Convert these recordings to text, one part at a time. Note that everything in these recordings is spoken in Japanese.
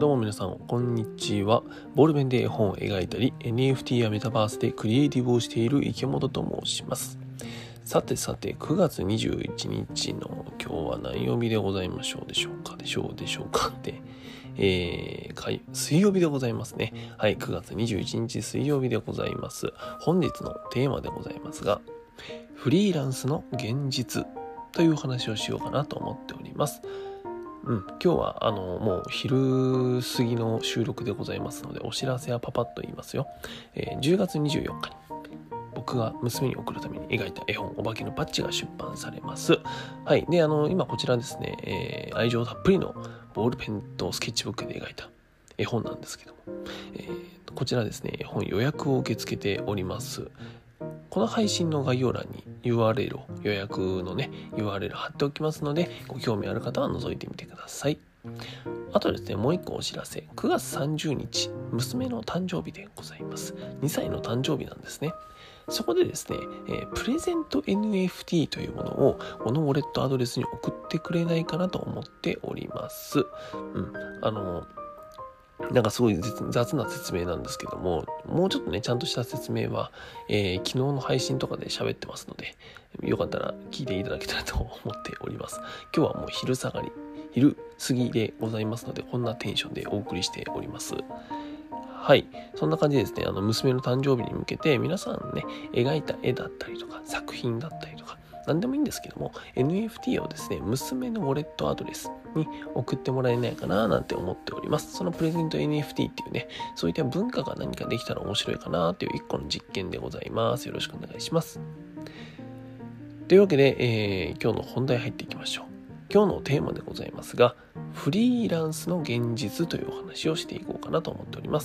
どうも皆さんこんにちは。ボールペンで絵本を描いたり NFT やメタバースでクリエイティブをしている池本と申します。さて9月21日の今日は何曜日でございましょうでしょうかって、水曜日でございますね。はい、9月21日水曜日でございます。本日のテーマでございますが、フリーランスの現実という話をしようかなと思っております。今日はもう昼過ぎの収録でございますので、お知らせはパパッと言いますよ。10月24日に僕が娘に送るために描いた絵本お化けのパッチが出版されます。はい。で、今こちらですね、愛情たっぷりのボールペンとスケッチブックで描いた絵本なんですけども、こちらですね、絵本予約を受け付けております。この配信の概要欄に URL を予約のね URL 貼っておきますので、ご興味ある方は覗いてみてください。あとですね、もう一個お知らせ。9月30日娘の誕生日でございます。2歳の誕生日なんですね。そこでですね、プレゼント NFT というものをこのウォレットアドレスに送ってくれないかなと思っております。なんかすごい雑な説明なんですけども、もうちょっとねちゃんとした説明は、昨日の配信とかで喋ってますので、よかったら聞いていただけたらと思っております。今日はもう昼過ぎでございますので、こんなテンションでお送りしております。はい、そんな感じでですね、娘の誕生日に向けて皆さんね描いた絵だったりとか作品だったりとか何でもいいんですけども、 NFT をですね娘のウォレットアドレスに送ってもらえないかななんて思っております。そのプレゼント NFT っていうね、そういった文化が何かできたら面白いかなという一個の実験でございます。よろしくお願いします。というわけで、今日の本題入っていきましょう。今日のテーマでございますが、フリーランスの現実というお話をしていこうかなと思っております。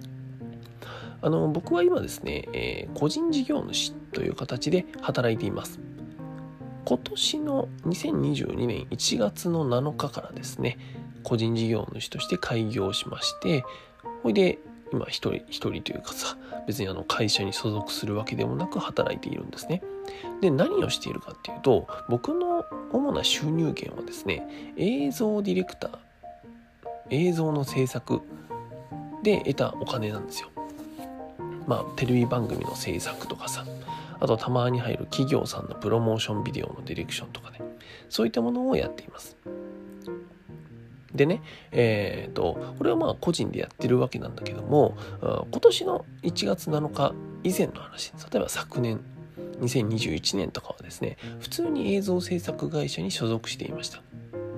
僕は今ですね、個人事業主という形で働いています。今年の2022年1月の7日からですね、個人事業主として開業しまして、ほいで今一人というかさ、別に会社に所属するわけでもなく働いているんですね。で、何をしているかっていうと、僕の主な収入源はですね、映像ディレクター、映像の制作で得たお金なんですよ。テレビ番組の制作とかさ、あとたまに入る企業さんのプロモーションビデオのディレクションとかね、そういったものをやっています。でね、これは個人でやってるわけなんだけども、今年の1月7日以前の話、例えば昨年2021年とかはですね、普通に映像制作会社に所属していました。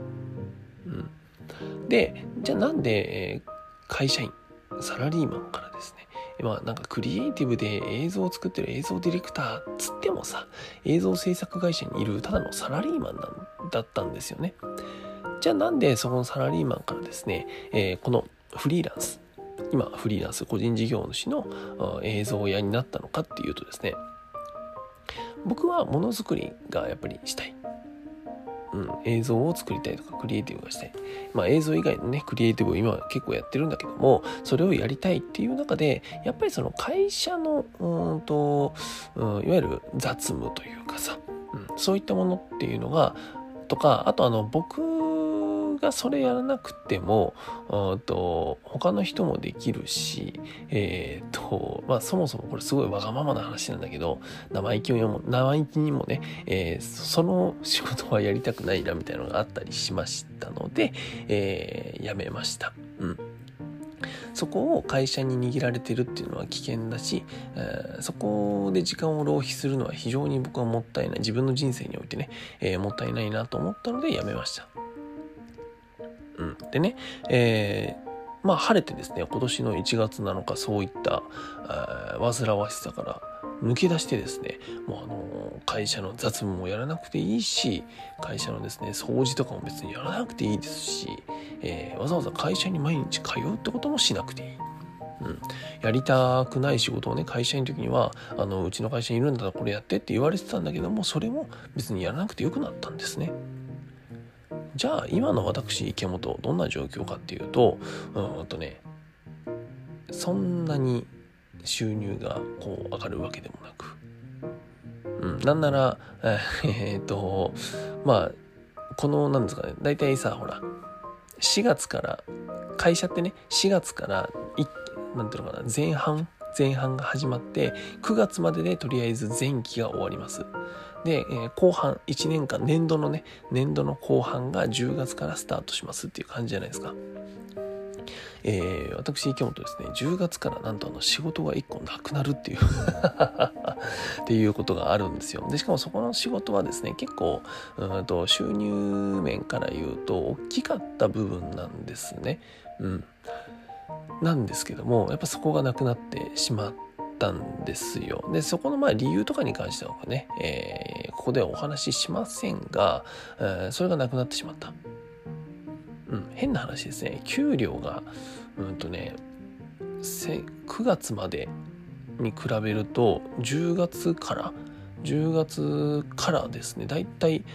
で、じゃあなんで、会社員サラリーマンからですね、なんかクリエイティブで映像を作ってる映像ディレクターつってもさ、映像制作会社にいるただのサラリーマンだったんですよね。じゃあなんでそこのサラリーマンからですね、このフリーランス、今フリーランス個人事業主の映像屋になったのかっていうとですね、僕はものづくりがやっぱりしたい。映像を作りたいとかクリエイティブがしたい。映像以外のねクリエイティブを今は結構やってるんだけども、それをやりたいっていう中で、やっぱりその会社のいわゆる雑務というかさ、そういったものっていうのがとか、あと僕がそれやらなくても他の人もできるし、そもそもこれすごいわがままな話なんだけど、生意気にもね、その仕事はやりたくないなみたいなのがあったりしましたので、辞めました。そこを会社に握られてるっていうのは危険だし、そこで時間を浪費するのは非常に僕はもったいない、自分の人生においてね、もったいないなと思ったので辞めました。でね、晴れてですね、今年の1月7日そういった煩わしさから抜け出してですね、もう会社の雑務もやらなくていいし、会社のですね掃除とかも別にやらなくていいですし、わざわざ会社に毎日通うってこともしなくていい。やりたくない仕事をね、会社員の時にはうちの会社にいるんだからこれやってって言われてたんだけども、それも別にやらなくてよくなったんですね。じゃあ今の私池本どんな状況かっていうと、そんなに収入がこう上がるわけでもなく、なんならこのなんですかね、だいたいさ、ほら 4月から会社ってね4月からなんていうのかな前半が始まって9月まででとりあえず前期が終わります。で、後半1年間年度の後半が10月からスタートしますっていう感じじゃないですか。私池本ですね10月からなんと仕事が1個なくなるっていうっていうことがあるんですよ。でしかもそこの仕事はですね結構収入面から言うと大きかった部分なんですね。なんですけどもやっぱそこがなくなってしまったんですよ。でそこの理由とかに関してはね、ここではお話ししませんが、それがなくなってしまった。変な話ですね。給料が9月までに比べると10月からですねだいたい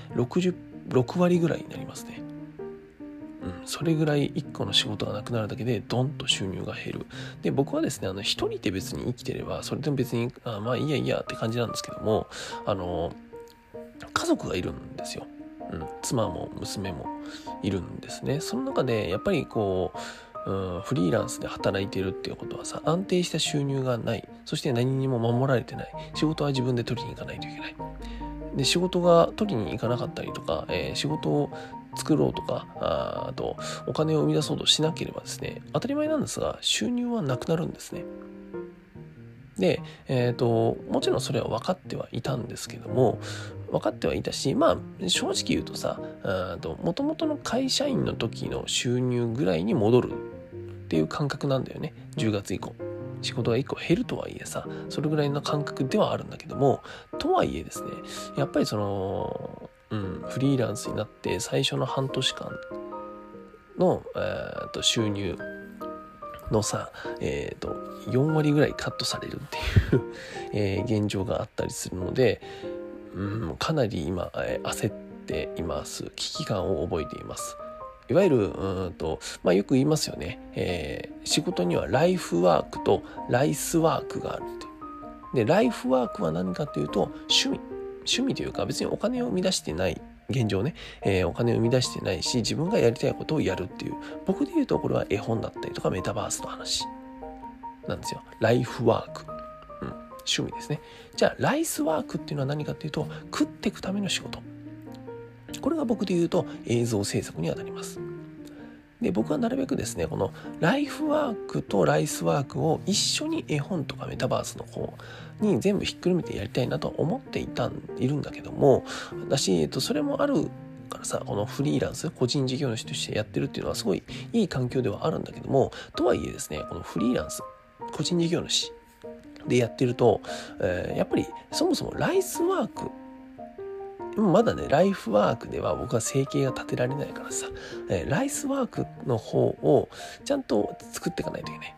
6割ぐらいになりますね。それぐらい1個の仕事がなくなるだけでドンと収入が減る。で僕はですね一人で別に生きてればそれでも別にまあいいやって感じなんですけども家族がいるんですよ。妻も娘もいるんですね。その中でやっぱりフリーランスで働いてるっていうことはさ安定した収入がない、そして何にも守られてない、仕事は自分で取りに行かないといけない。で仕事が取りに行かなかったりとか、仕事を作ろうとかあとお金を生み出そうとしなければですね当たり前なんですが収入はなくなるんですね。で、もちろんそれは分かってはいたんですけども分かってはいたし正直言うとさ元々の会社員の時の収入ぐらいに戻るっていう感覚なんだよね。10月以降仕事が1個減るとはいえさそれぐらいの感覚ではあるんだけどもとはいえですねやっぱりフリーランスになって最初の半年間の、収入のさ、4割ぐらいカットされるっていう、現状があったりするので、かなり今、焦っています。危機感を覚えています。いわゆるよく言いますよね、仕事にはライフワークとライスワークがあるってでライフワークは何かというと趣味というか別にお金を生み出してない現状ね、お金を生み出してないし自分がやりたいことをやるっていう僕で言うとこれは絵本だったりとかメタバースの話なんですよ。ライフワーク、趣味ですね。じゃあライスワークっていうのは何かというと食っていくための仕事、これが僕で言うと映像制作にあたります。で僕はなるべくですねこのライフワークとライスワークを一緒に絵本とかメタバースの方に全部ひっくるめてやりたいなと思っているんだけどもそれもあるからさこのフリーランス個人事業主としてやってるっていうのはすごいいい環境ではあるんだけどもとはいえですねこのフリーランス個人事業主でやってると、やっぱりそもそもライスワークまだねライフワークでは僕は生計が立てられないからさ、ライスワークの方をちゃんと作っていかないといけない。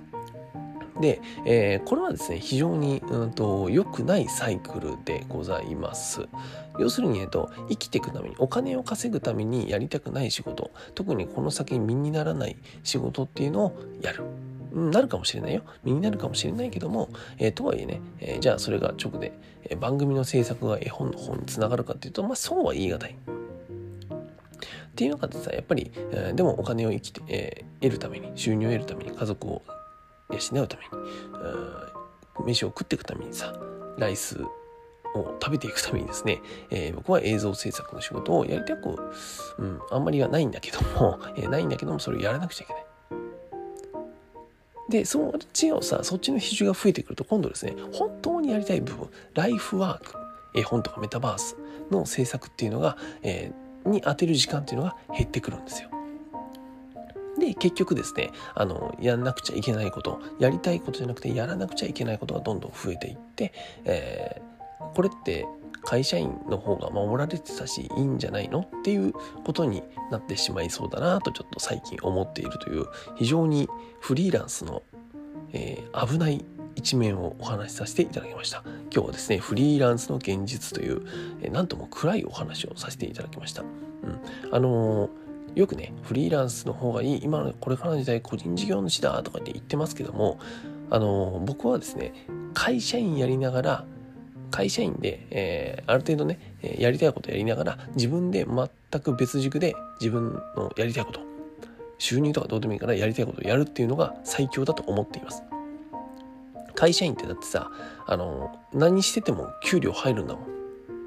で、これはですね非常に良くないサイクルでございます。要するに、生きていくためにお金を稼ぐためにやりたくない仕事、特にこの先身にならない仕事っていうのをやる。なるかもしれないよ。身になるかもしれないけども、とはいえね、じゃあそれが直で、番組の制作が絵本の方につながるかっていうと、そうは言い難い。っていう中でさ、やっぱり、でもお金を得るために、収入を得るために、家族を養うために、飯を食っていくためにさ、ライスを食べていくためにですね、僕は映像制作の仕事をやりたく、あんまりはないんだけども、それをやらなくちゃいけない。でそっちの比重が増えてくると今度ですね本当にやりたい部分ライフワーク絵本とかメタバースの制作っていうのが、に当てる時間っていうのが減ってくるんですよ。で結局ですねやんなくちゃいけないことやりたいことじゃなくてやらなくちゃいけないことがどんどん増えていって、これって会社員の方が守られてたしいいんじゃないのっていうことになってしまいそうだなとちょっと最近思っているという非常にフリーランスの、危ない一面をお話しさせていただきました。今日はですねフリーランスの現実という、なんとも暗いお話をさせていただきました。よくねフリーランスの方がいい今のこれからの時代個人事業主だとかって言ってますけども僕はですね会社員で、ある程度ねやりたいことやりながら自分で全く別軸で自分のやりたいこと収入とかどうでもいいからやりたいことをやるっていうのが最強だと思っています。会社員ってだってさ、何してても給料入るんだもん。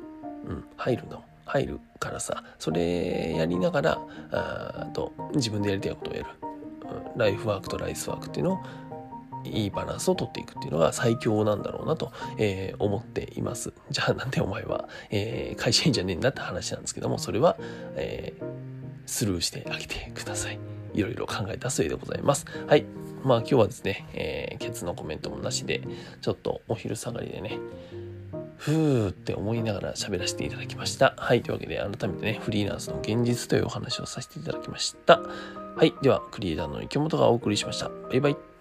入るからさ、それやりながら自分でやりたいことをやる、ライフワークとライスワークっていうのをいいバランスを取っていくっていうのが最強なんだろうなと、思っています。じゃあなんでお前は、会社員じゃねえんだって話なんですけども、それは、スルーしてあげてください。いろいろ考えた末でございます。はい。今日はですね、ケツのコメントもなしで、ちょっとお昼下がりでね、ふーって思いながら喋らせていただきました。はい。というわけで改めてね、フリーランスの現実というお話をさせていただきました。はい。では、クリエイターの池本がお送りしました。バイバイ。